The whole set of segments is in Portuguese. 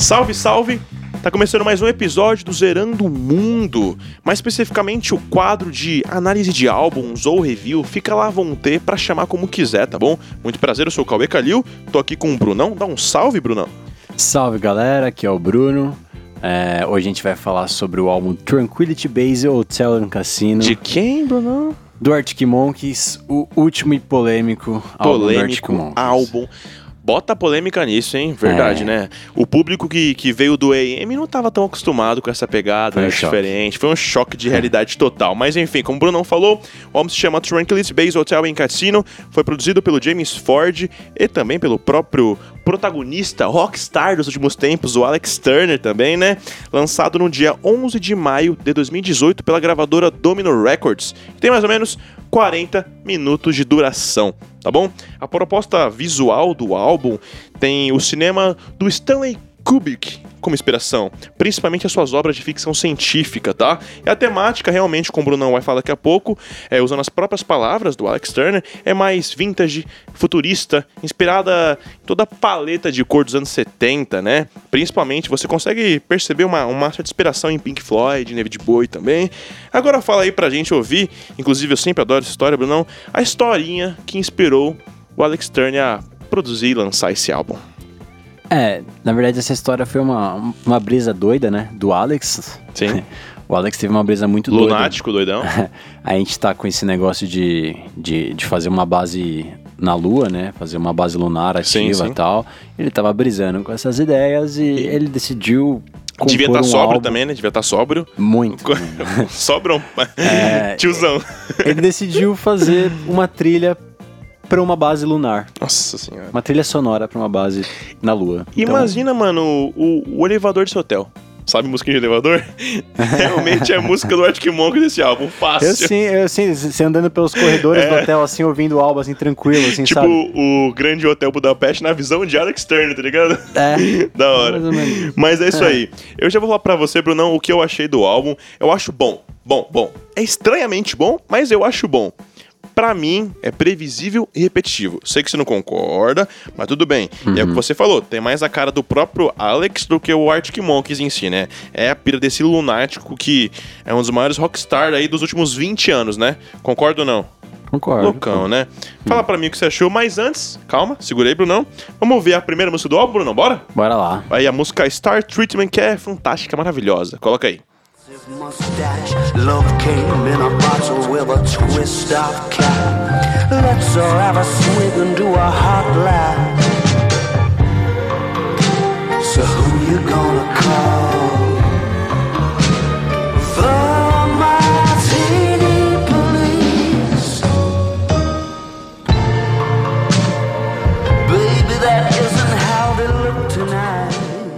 Salve, salve! Tá começando mais um episódio do Zerando o Mundo, mais especificamente o quadro de análise de álbuns ou review. Fica lá à vontade pra chamar como quiser, tá bom? Muito prazer, eu sou o Cauê Calil, tô aqui com o Brunão. Dá um salve, Brunão! Salve, galera, aqui é o Bruno. Hoje a gente vai falar sobre o álbum Tranquility Base Hotel and Casino. De quem, Brunão? Do Arctic Monkeys, o último e polêmico álbum do Arctic Monkeys. Álbum. Bota polêmica nisso, hein? Verdade, né? O público que veio do AM não estava tão acostumado com essa pegada, né? Diferente. Foi um choque de realidade total. Mas enfim, como o Bruno falou, o álbum se chama Tranquility Base Hotel and Casino. Foi produzido pelo James Ford e também pelo próprio protagonista, rockstar dos últimos tempos, o Alex Turner também, né? Lançado no dia 11 de maio de 2018 pela gravadora Domino Records. Tem mais ou menos 40 minutos de duração, tá bom? A proposta visual do álbum tem o cinema do Stanley Kubrick como inspiração, principalmente as suas obras de ficção científica, tá? E a temática, realmente, como o Brunão vai falar daqui a pouco, usando as próprias palavras do Alex Turner, é mais vintage, futurista, inspirada em toda a paleta de cor dos anos 70, né? Principalmente, você consegue perceber uma certa inspiração em Pink Floyd, David Bowie também. Agora fala aí pra gente ouvir, inclusive eu sempre adoro essa história, Brunão, a historinha que inspirou o Alex Turner a produzir e lançar esse álbum. Na verdade essa história foi uma brisa doida, né, do Alex. Sim. O Alex teve uma brisa muito lunático, doidão. A gente tá com esse negócio de fazer uma base na Lua, né, fazer uma base lunar ativa e tal. Ele tava brisando com essas ideias e ele decidiu... Devia estar sóbrio também, né? Devia estar sóbrio. Muito. Sobrão. Tiozão. Ele decidiu fazer uma trilha pra uma base lunar. Nossa senhora. Uma trilha sonora pra uma base na Lua. Imagina, mano, o elevador desse hotel. Sabe música de elevador? Realmente é a música do Arctic Monkeys desse álbum, fácil. Eu sim, você andando pelos corredores do hotel, assim, ouvindo o álbum, assim, tranquilo, assim, tipo, sabe? Tipo o grande hotel Budapeste na visão de Alex Turner, tá ligado? Da hora. Mais ou menos. Mas é isso aí. Eu já vou falar pra você, Brunão, o que eu achei do álbum. Eu acho bom. Bom. É estranhamente bom, mas eu acho bom. Pra mim, é previsível e repetitivo. Sei que você não concorda, mas tudo bem. É o que você falou, tem mais a cara do próprio Alex do que o Arctic Monkeys em si, né? É a pira desse lunático que é um dos maiores rockstar aí dos últimos 20 anos, né? Concorda ou não? Concordo. Loucão, né? Fala pra mim o que você achou, mas antes, calma, segura aí, Brunão. Vamos ver a primeira música do álbum, Brunão, bora? Bora lá. Aí a música Star Treatment, que é fantástica, maravilhosa. Coloca aí. Mustache, love came in a bottle with a twist of cap. Let's all have a swig and do a hot laugh. So who you gonna call? The Martini Police. Baby, that isn't how they look tonight.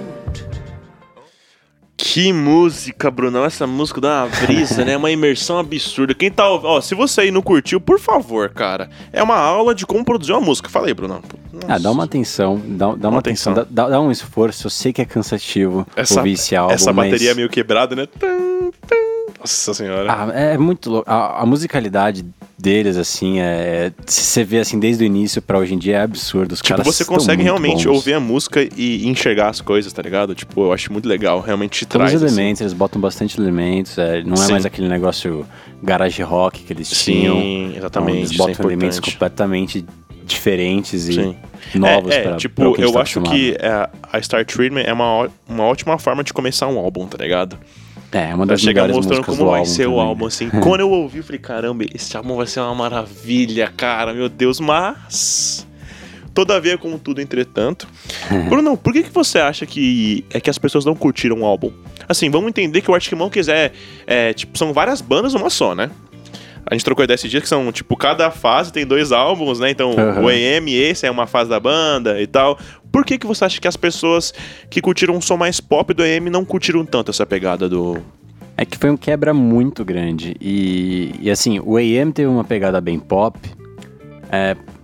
Que música, Brunão. Essa música dá uma brisa, né? Uma imersão absurda. Quem tá... Ó, se você aí não curtiu, por favor, cara. É uma aula de como produzir uma música. Fala aí, Brunão. Dá uma atenção. Dá uma atenção. Dá um esforço. Eu sei que é cansativo ouvir esse álbum, essa bateria meio quebrada, né? Nossa senhora. É muito louco. A musicalidade deles, assim, você vê, assim, desde o início pra hoje em dia, é absurdo. Os caras você consegue realmente bons. ouvir a música e enxergar as coisas, tá ligado? Tipo, eu acho muito legal. Realmente Todos traz, os elementos, assim. eles botam bastante elementos. Não é mais aquele negócio garage rock que eles tinham. Sim, exatamente. Eles botam elementos completamente diferentes e novos pra tipo, pra eu acho que a Star Treatment é uma ótima forma de começar um álbum, tá ligado? É uma das melhores músicas do álbum. Mostrando como vai ser também, o álbum, assim. Quando eu ouvi, eu falei, caramba, esse álbum vai ser uma maravilha, cara, meu Deus, mas... Todavia, como tudo, entretanto... Bruno, por que você acha que as pessoas não curtiram o álbum? Assim, vamos entender que o Arctic Monkeys tipo, são várias bandas numa só, né? A gente trocou ideia esses dias que são, tipo, cada fase tem 2 álbuns, né? Então, o AM, esse é uma fase da banda e tal. Por que você acha que as pessoas que curtiram um som mais pop do AM não curtiram tanto essa pegada do... É que foi um quebra muito grande. E assim, o AM teve uma pegada bem pop.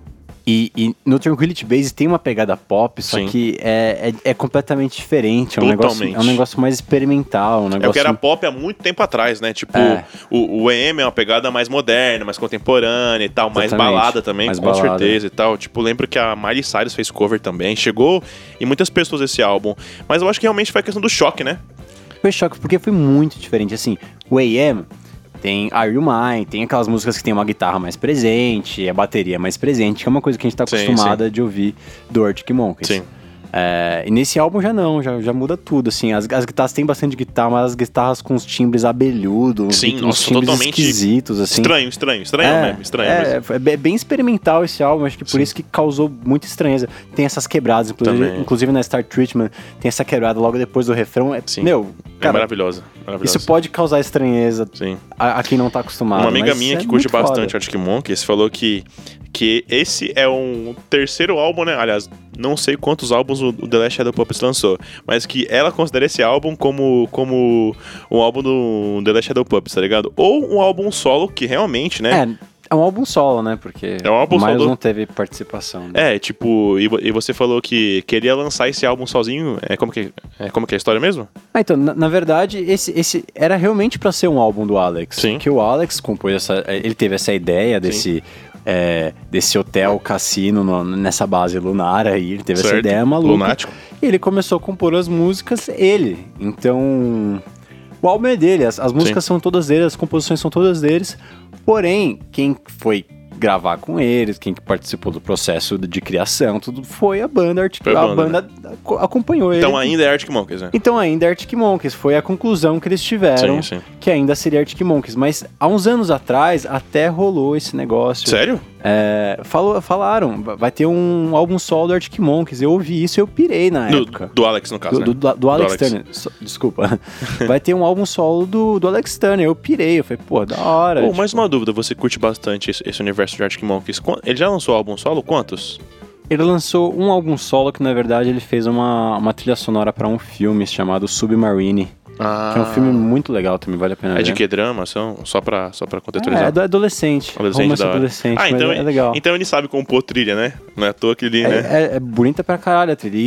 E no Tranquility Base tem uma pegada pop, só Sim. que é completamente diferente. É Totalmente. um negócio mais experimental. É o que era pop há muito tempo atrás, né? Tipo, o EM é uma pegada mais moderna, mais contemporânea e tal, mais balada também, mais com balada. Certeza e tal. Tipo, lembro que a Miley Cyrus fez cover também, chegou em muitas pessoas esse álbum. Mas eu acho que realmente foi a questão do choque, né? Foi choque, porque foi muito diferente. Assim, o AM tem Are You Mine, tem aquelas músicas que tem uma guitarra mais presente, a bateria mais presente, que é uma coisa que a gente tá acostumada de ouvir do Arctic Monkeys. Sim. E nesse álbum já muda tudo, assim, as guitarras tem bastante guitarra, mas as guitarras com os timbres abelhudos, sim, uns timbres totalmente esquisitos, assim. Estranho mesmo. É bem experimental esse álbum, acho que por isso que causou muita estranheza. Tem essas quebradas, inclusive na Star Treatment, tem essa quebrada logo depois do refrão. Meu, cara, maravilhosa. Isso pode causar estranheza a quem não tá acostumado. Uma amiga minha que curte bastante Arctic Monkeys falou que esse é um terceiro álbum, né? Aliás, não sei quantos álbuns o The Last Shadow Puppets lançou, mas que ela considera esse álbum como um álbum do The Last Shadow Puppets, tá ligado? Ou um álbum solo que realmente, né? É um álbum solo, né? Porque o Miles não teve participação. Né? Tipo, e você falou que queria lançar esse álbum sozinho. Como que é a história mesmo? Então, na verdade, esse era realmente pra ser um álbum do Alex. Sim. Porque o Alex compôs ele teve essa ideia desse hotel cassino nessa base lunar aí, ele teve essa ideia maluca. Lunático. E ele começou a compor as músicas, Então, o álbum é dele, as músicas são todas dele, as composições são todas deles, porém, quem foi gravar com eles, quem participou do processo de criação, tudo foi a banda. A banda acompanhou ele. Então ainda é Arctic Monkeys, né? Então ainda é Arctic Monkeys. Foi a conclusão que eles tiveram, que ainda seria Arctic Monkeys. Mas há uns anos atrás até rolou esse negócio. Sério? Falaram, vai ter um álbum solo do Arctic Monkeys. Eu ouvi isso e eu pirei na época. Do Alex, no caso, do Alex Turner. Desculpa. Vai ter um álbum solo do Alex Turner. Eu pirei, eu falei, da hora. Mais uma dúvida, você curte bastante esse universo de Arctic Monkeys. Ele já lançou álbum solo? Quantos? Ele lançou um álbum solo que, na verdade, ele fez uma trilha sonora pra um filme chamado Submarine. Que é um filme muito legal também, vale a pena ver. De que drama? Só pra contextualizar? É do adolescente. Romance adolescente, então é legal. Então ele sabe compor trilha, né? Não é à toa que ele, né? É bonita pra caralho a trilha.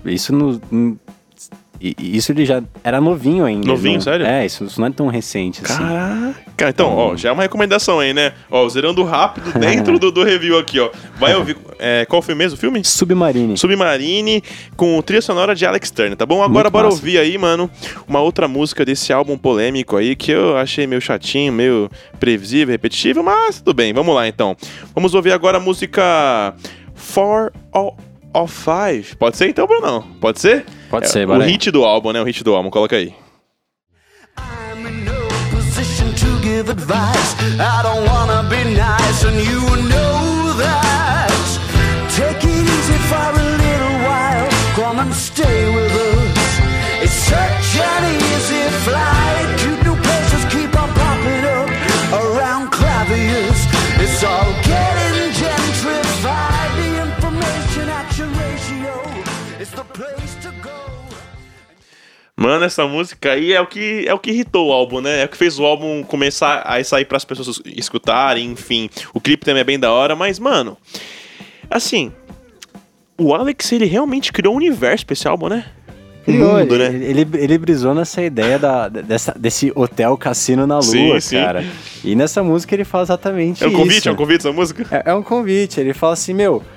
Isso ele já era novinho ainda. Novinho, sério? Isso não é tão recente assim. Caraca, então, já é uma recomendação aí, né? Zerando rápido dentro do review aqui, ó. Vai ouvir. Qual foi mesmo o filme? Submarine, com trilha sonora de Alex Turner, tá bom? Agora bora ouvir aí, mano, uma outra música desse álbum polêmico aí, que eu achei meio chatinho, meio previsível, repetitivo, mas tudo bem, vamos lá então. Vamos ouvir agora a música 4 of 5. Pode ser então, Brunão? Pode ser? Pode ser, o hit do álbum, né? O hit do álbum, coloca aí. I'm in no position to give advice. I don't wanna be nice and you know that. Take it easy for a little while. Come and stay with us. It's such an easy flight. Cute new places keep on popping up around Clavius. It's all getting gentrified. The information action ratio is the place to go. Mano, essa música aí é o que irritou o álbum, né? É o que fez o álbum começar a sair pras pessoas escutarem, enfim. O clipe também é bem da hora, mas, mano, assim, o Alex, ele realmente criou um universo pra esse álbum, né? Mundo, né? Ele brisou nessa ideia desse hotel cassino na lua, cara. E nessa música ele fala exatamente isso. É um convite essa música? É um convite, ele fala assim,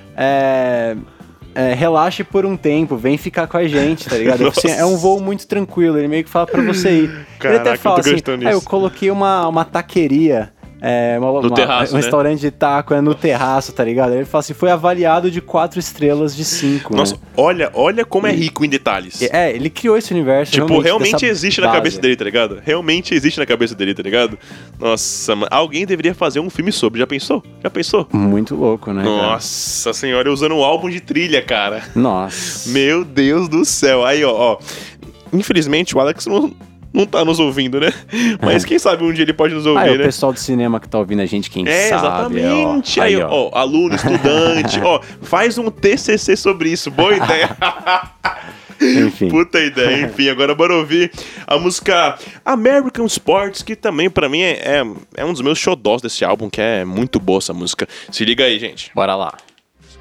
relaxe por um tempo, vem ficar com a gente, tá ligado? Assim, é um voo muito tranquilo, ele meio que fala pra você ir. Caraca, ele até fala assim, eu coloquei uma taqueria, terraço, um restaurante de taco no terraço, tá ligado? Ele fala assim, foi avaliado de 4 estrelas de 5. Nossa, né? olha como é rico em detalhes. Ele criou esse universo. Tipo, realmente existe na cabeça dele, tá ligado? Realmente existe na cabeça dele, tá ligado? Nossa, mano, alguém deveria fazer um filme sobre, já pensou? Muito louco, né? Nossa cara? Senhora, usando um álbum de trilha, cara. Nossa. Meu Deus do céu. Aí, ó. Infelizmente, o Alex não tá nos ouvindo, né? Mas quem sabe um dia ele pode nos ouvir, né? O pessoal do cinema que tá ouvindo a gente, quem sabe. Exatamente. Aí, ó, aluno, estudante, faz um TCC sobre isso. Boa ideia. Enfim. Puta ideia. Enfim, agora bora ouvir a música American Sports, que também pra mim é um dos meus xodós desse álbum, que é muito boa essa música. Se liga aí, gente. Bora lá.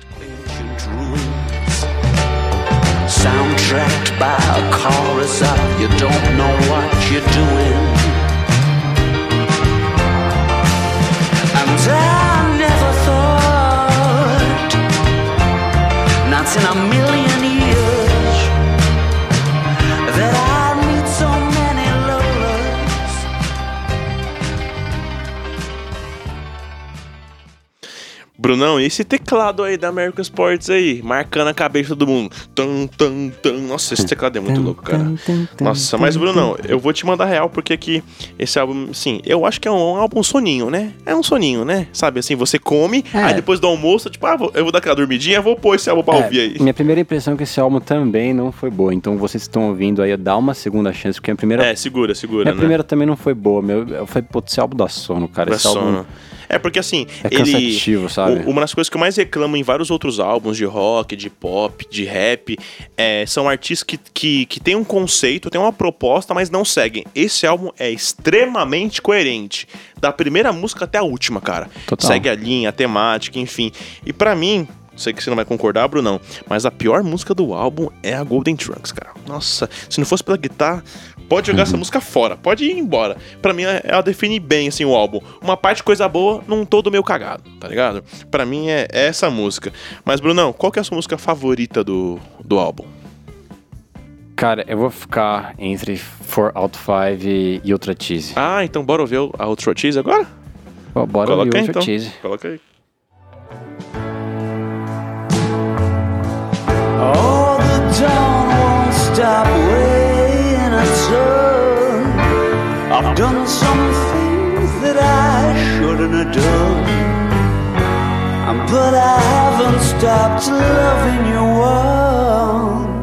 sidetracked by a chorus of you don't know what you're doing. And I never thought, not in a million years, that I'd meet so many Lolas. Brunão, e esse teclado aí da American Sports aí, marcando a cabeça do mundo? Tum, tum, tum. Nossa, esse teclado é muito louco, cara. Nossa, mas Brunão, eu vou te mandar real, porque aqui, esse álbum, assim, eu acho que é um álbum soninho, né? É um soninho, né? Sabe, assim, você come, aí depois do almoço, tipo, eu vou dar aquela dormidinha, vou pôr esse álbum pra ouvir aí. Minha primeira impressão é que esse álbum também não foi boa, então vocês estão ouvindo aí, dá uma segunda chance, porque a primeira... segura, Minha primeira também não foi boa, eu falei, pô, esse álbum dá sono, cara. Esse álbum... É porque assim, é cansativo, sabe? Uma das coisas que eu mais reclamo em vários outros álbuns de rock, de pop, de rap, são artistas que têm um conceito, têm uma proposta, mas não seguem. Esse álbum é extremamente coerente. Da primeira música até a última, cara. Total. Segue a linha, a temática, enfim. E pra mim, sei que você não vai concordar, Brunão, mas a pior música do álbum é a Golden Trunks, cara. Nossa, se não fosse pela guitarra, pode jogar essa música fora, pode ir embora. Pra mim, ela define bem, assim, o álbum. Uma parte coisa boa, num todo meio cagado, tá ligado? Pra mim, é essa música. Mas, Brunão, qual que é a sua música favorita do álbum? Cara, eu vou ficar entre 4 Out 5 e Ultra Cheese. Ah, então bora ouvir a Ultra Cheese agora? Bora ouvir Ultra Cheese. Coloca aí. Oh, the dawn won't stop weighing a ton. I've done some things that I shouldn't have done, but I haven't stopped loving you once.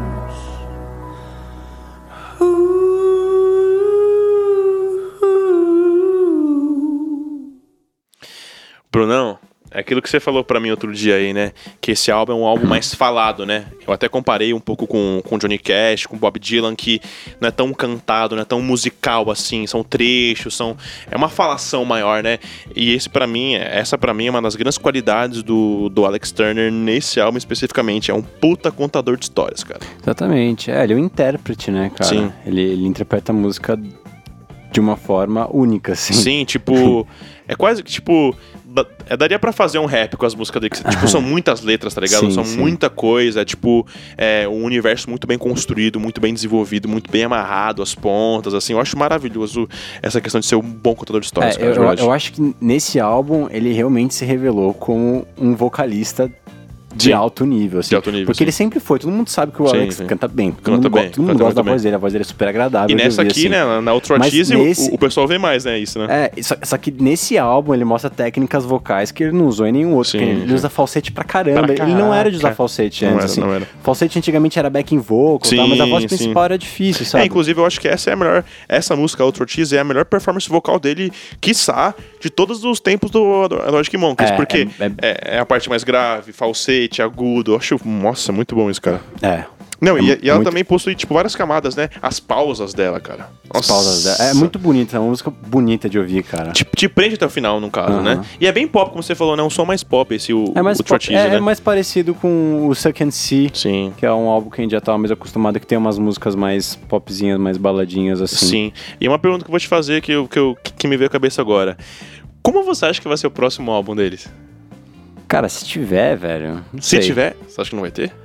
Brunão, é aquilo que você falou pra mim outro dia aí, né? Que esse álbum é um álbum mais falado, né? Eu até comparei um pouco com Johnny Cash, com Bob Dylan, que não é tão cantado, não é tão musical assim, são trechos, é uma falação maior, né? E essa pra mim é uma das grandes qualidades do Alex Turner nesse álbum especificamente, é um puta contador de histórias, cara. Exatamente, ele é um intérprete, né, cara? Sim. Ele interpreta a música de uma forma única, assim. Sim, tipo, é quase que, tipo... daria pra fazer um rap com as músicas dele, que, tipo, são muitas letras, tá ligado? Sim. Muita coisa, tipo, um universo muito bem construído, muito bem desenvolvido, muito bem amarrado, as pontas, assim, eu acho maravilhoso essa questão de ser um bom contador de histórias, cara, eu acho que nesse álbum ele realmente se revelou como um vocalista de alto nível, assim. Porque ele sempre foi, todo mundo sabe que o Alex canta bem. Todo mundo gosta da voz dele, a voz dele é super agradável. E nessa aqui, assim, né, na Ultra Cheese, o pessoal vê mais, né, isso, né? Só que nesse álbum ele mostra técnicas vocais que ele não usou em nenhum outro. Ele usa falsete pra caramba. Ele não era de usar falsete antes, assim. Não era. Falsete antigamente era backing vocal, mas a voz principal era difícil, sabe? Inclusive eu acho que essa música, Ultra Cheese, é a melhor performance vocal dele, quiçá, de todos os tempos do Arctic Monkeys, porque é a parte mais grave, falsete, agudo, eu acho, nossa, muito bom isso, cara. Não, e ela também possui, tipo, várias camadas, né? As pausas dela, cara. Nossa. As pausas dela. É muito bonita, é uma música bonita de ouvir, cara. Te prende até o final, no caso, né? E é bem pop, como você falou, né? Um som mais pop, esse, o Ultra Cheese, né? É mais parecido com o Suck and See, que é um álbum que a gente já tava mais acostumado, que tem umas músicas mais popzinhas, mais baladinhas, assim. Sim. E uma pergunta que eu vou te fazer, que me veio à cabeça agora. Como você acha que vai ser o próximo álbum deles? Cara, se tiver, velho... Se tiver, você acha que não vai ter?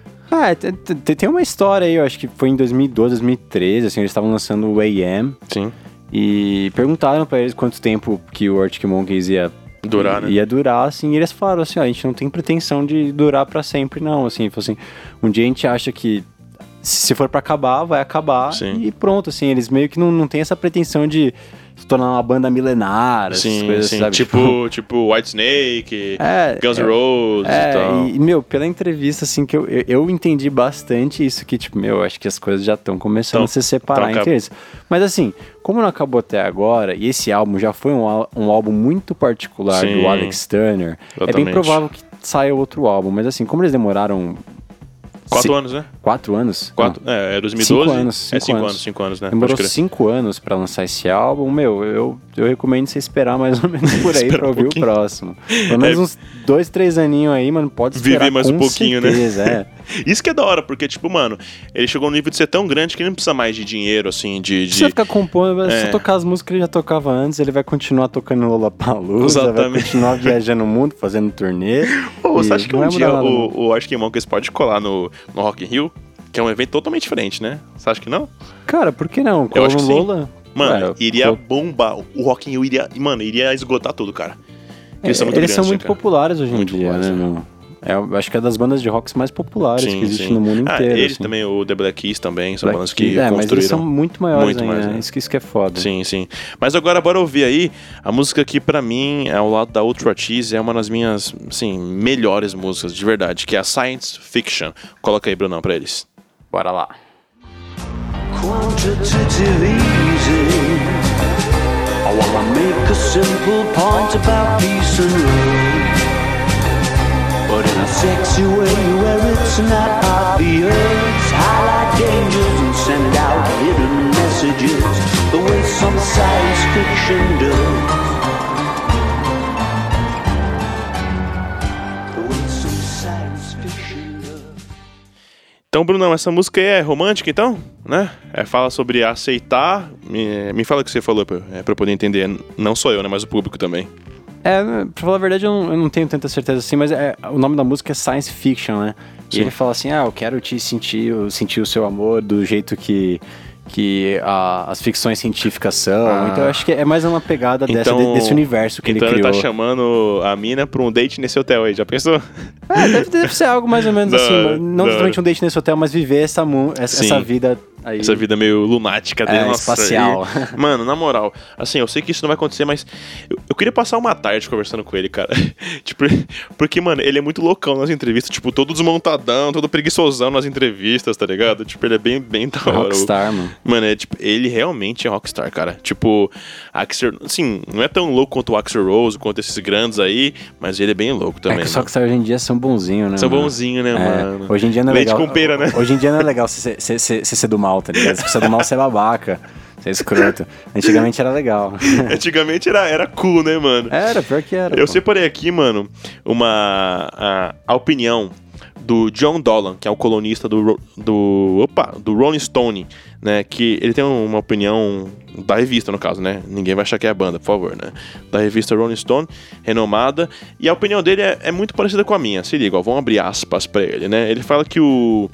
Tem uma história aí, eu acho que foi em 2012, 2013, assim, eles estavam lançando o AM. Sim. E perguntaram pra eles quanto tempo que o Arctic Monkeys ia durar, né? Ia durar, assim, e eles falaram assim, a gente não tem pretensão de durar pra sempre, não, assim, um dia a gente acha que se for pra acabar, vai acabar. Sim. E pronto, assim, eles meio que não tem essa pretensão de se tornar uma banda milenar, essas coisas, sabe? Tipo Whitesnake, Guns N' Roses e tal. E, pela entrevista, assim, que eu entendi bastante isso, que, tipo, acho que as coisas já estão começando a se separar entre eles. Mas, assim, como não acabou até agora, e esse álbum já foi um álbum muito particular do Alex Turner, é bem provável que saia outro álbum. Mas, assim, como eles demoraram 4 anos, né? 4 anos? 4, é 2012. 5 anos, né? Demorou 5 anos pra lançar esse álbum. Meu, eu recomendo você esperar mais ou menos por aí pra ouvir o próximo. Pelo menos uns 2, 3 aninhos aí, mano, pode esperar. Viver mais um pouquinho, certeza, né? Isso que é da hora, porque, tipo, mano, ele chegou no nível de ser tão grande que ele não precisa mais de dinheiro, assim, de... Não precisa ficar compondo, só tocar as músicas que ele já tocava antes, ele vai continuar tocando Lollapalooza, vai continuar viajando o mundo, fazendo turnê. Você acha que um dia o Arctic Monkeys pode colar no Rock in Rio? Que é um evento totalmente diferente, né? Você acha que não? Cara, por que não? Eu acho que Lola? Mano, iria bombar. O Rock in Rio iria esgotar tudo, cara. Eles são muito populares hoje em dia, né, meu? Eu acho que é das bandas de rock mais populares que existem no mundo inteiro. Eles assim. também, o The Black Keys também, são bandas que construíram. Mas eles são muito maiores ainda, né? Isso que é foda. Sim. Mas agora, bora ouvir aí a música que pra mim, ao lado da Ultra Cheese, é uma das minhas, assim, melhores músicas, de verdade, que é a Science Fiction. Coloca aí, Brunão, pra eles. Bora lá. Quantitative easy. I wanna make a simple point about peace and love, but in a sexy way where it's not obvious. Highlight dangers and send out hidden messages the way some science fiction does. The way some science fiction does. Então, Brunão, essa música aí é romântica, então? Né? Fala sobre aceitar. Me fala o que você falou pra eu poder entender. Não só eu, né? Mas o público também. Pra falar a verdade, eu não tenho tanta certeza assim, mas o nome da música é Science Fiction, né? Sim. E ele fala assim, eu quero te sentir o seu amor do jeito que as ficções científicas são. Então eu acho que é mais uma pegada desse universo que ele criou. Então ele tá chamando a mina pra um date nesse hotel aí, já pensou? Deve ser algo mais ou menos assim, não exatamente um date nesse hotel, mas viver essa vida aí. Essa vida meio lunática dele, espacial. Mano, na moral, assim, eu sei que isso não vai acontecer, mas eu queria passar uma tarde conversando com ele, cara. Tipo, porque, mano, ele é muito loucão nas entrevistas, tipo, todo desmontadão, todo preguiçosão nas entrevistas, tá ligado? Tipo, ele é bem da hora. Rockstar, mano. Mano, tipo, ele realmente é rockstar, cara. Tipo, Axl, assim, não é tão louco quanto o Axl Rose, quanto esses grandes aí, mas ele é bem louco também. Os rockstar hoje em dia são bonzinhos, né? São bonzinhos, né, mano? Hoje em dia não é leite legal. Com pera, né? Hoje em dia não é legal você ser do mal, tá ligado? Se você é do mal, você é babaca. Você é escroto. Antigamente era legal. Antigamente era cool, né, mano? Era, pior que era. Eu separei aqui, mano, a opinião do John Dolan, que é o colunista do Rolling Stone, né, que ele tem uma opinião da revista, no caso, né, ninguém vai achar que é a banda, por favor, né, da revista Rolling Stone, renomada, e a opinião dele é muito parecida com a minha, se liga, vamos abrir aspas pra ele, né, ele fala que o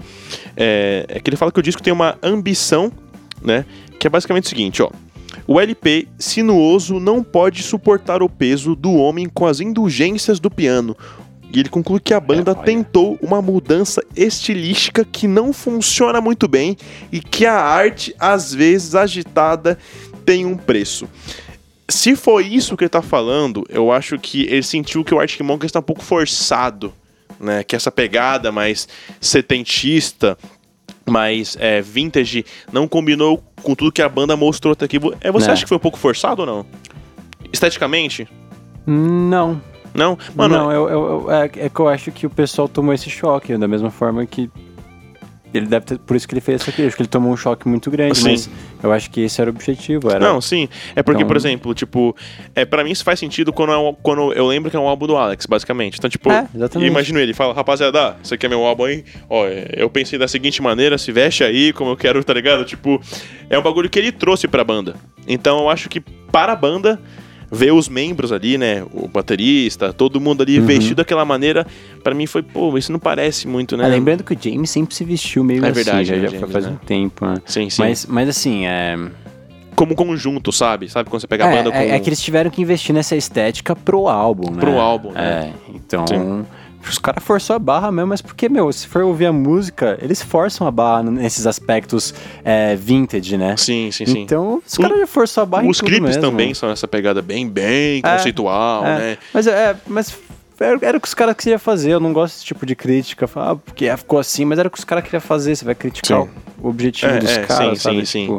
disco tem uma ambição, né, que é basicamente o seguinte, ó: o LP sinuoso não pode suportar o peso do homem com as indulgências do piano. E ele conclui que a banda tentou uma mudança estilística que não funciona muito bem e que a arte, às vezes agitada, tem um preço. Se for isso que ele tá falando, eu acho que ele sentiu que o Arctic Monkeys tá um pouco forçado, né? Que essa pegada mais setentista, mais vintage, não combinou com tudo que a banda mostrou até aqui. Você acha que foi um pouco forçado ou não? Esteticamente? Não. Não? Mano, não, é que eu acho que o pessoal tomou esse choque, da mesma forma que ele deve ter, por isso que ele fez essa crítica, ele tomou um choque muito grande, sim. Mas eu acho que esse era o objetivo. Não, sim, é porque, por exemplo, tipo, pra mim isso faz sentido quando eu lembro que é um álbum do Alex, basicamente. Então, tipo, imagino ele, fala, rapaziada, você quer meu álbum aí? Ó, eu pensei da seguinte maneira, se veste aí, como eu quero, tá ligado? Tipo, é um bagulho que ele trouxe pra banda. Então eu acho que para a banda, ver os membros ali, né, o baterista, todo mundo ali vestido daquela maneira, pra mim foi, isso não parece muito, né? Lembrando que o James sempre se vestiu meio assim, verdade, já James, faz um tempo, né? Sim, sim. Mas assim, como conjunto, sabe? Sabe quando você pega a banda com... É que eles tiveram que investir nessa estética pro álbum, né? Pro álbum, né? Então... Sim. Os caras forçou a barra mesmo, mas porque, se for ouvir a música, eles forçam a barra nesses aspectos vintage, né? Sim. Então, os caras já forçou a barra em tudo mesmo. Os clipes também são essa pegada bem conceitual, né? Mas era o que os caras queriam fazer, eu não gosto desse tipo de crítica, porque ficou assim, mas era o que os caras queriam fazer, você vai criticar o objetivo dos caras, sabe? Sim. Tipo,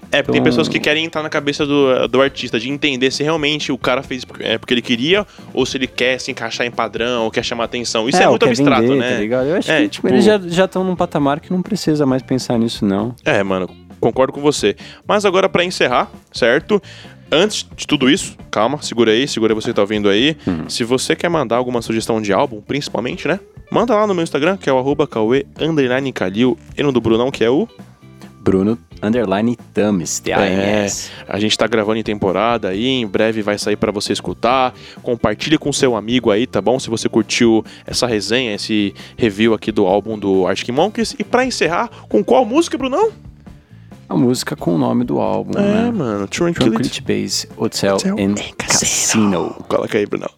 Porque tem pessoas que querem entrar na cabeça do artista, de entender se realmente o cara fez porque ele queria, ou se ele quer se encaixar em padrão, ou quer chamar atenção. Isso é muito abstrato, vender, né? Tá ligado? Eu acho que tipo, eles já estão num patamar que não precisa mais pensar nisso, não. Mano, concordo com você. Mas agora, pra encerrar, certo? Antes de tudo isso, calma, segura aí você que tá ouvindo aí. Se você quer mandar alguma sugestão de álbum, principalmente, né? Manda lá no meu Instagram, que é o @Cauê_Calil, e no do Brunão, que é o Bruno_Tames, T-A-M-S. A gente tá gravando em temporada aí, em breve vai sair pra você escutar. Compartilhe com seu amigo aí, tá bom? Se você curtiu essa resenha, esse review aqui do álbum do Arctic Monkeys. E pra encerrar, com qual música, Brunão? A música com o nome do álbum, né? Mano, Tranquility Base Hotel and Casino. Coloca aí, Brunão.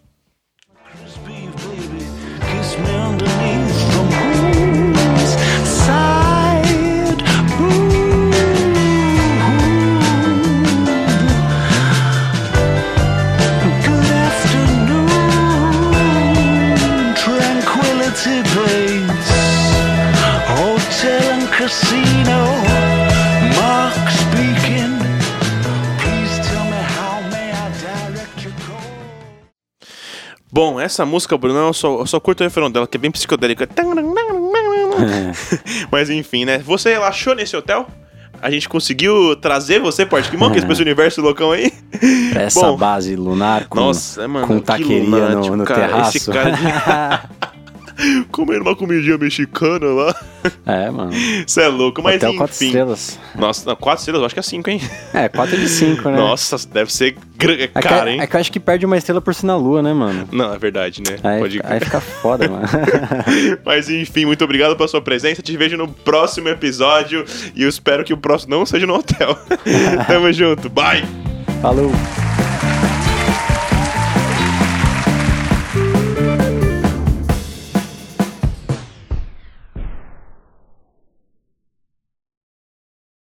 Hotel and Casino. Mark speaking. Please tell me how may I direct your call. Bom, essa música, Brunão, eu só curto o refrão dela, que é bem psicodélica. Mas enfim, né? Você relaxou nesse hotel? A gente conseguiu trazer você, Arctic Monkeys, pra esse universo loucão aí? Pra essa base lunar com taqueria no terraço. Esse cara comendo uma comidinha mexicana lá. Mano. Você é louco, mas Hotel enfim. 4 estrelas. Nossa, não, 4 estrelas, eu acho que é 5, hein? 4 de 5, né? Nossa, deve ser caro, hein? É que eu acho que perde uma estrela por ser na lua, né, mano? Não, é verdade, né? Aí fica foda, mano. Mas enfim, muito obrigado pela sua presença. Te vejo no próximo episódio. E eu espero que o próximo não seja no hotel. Tamo junto, bye! Falou!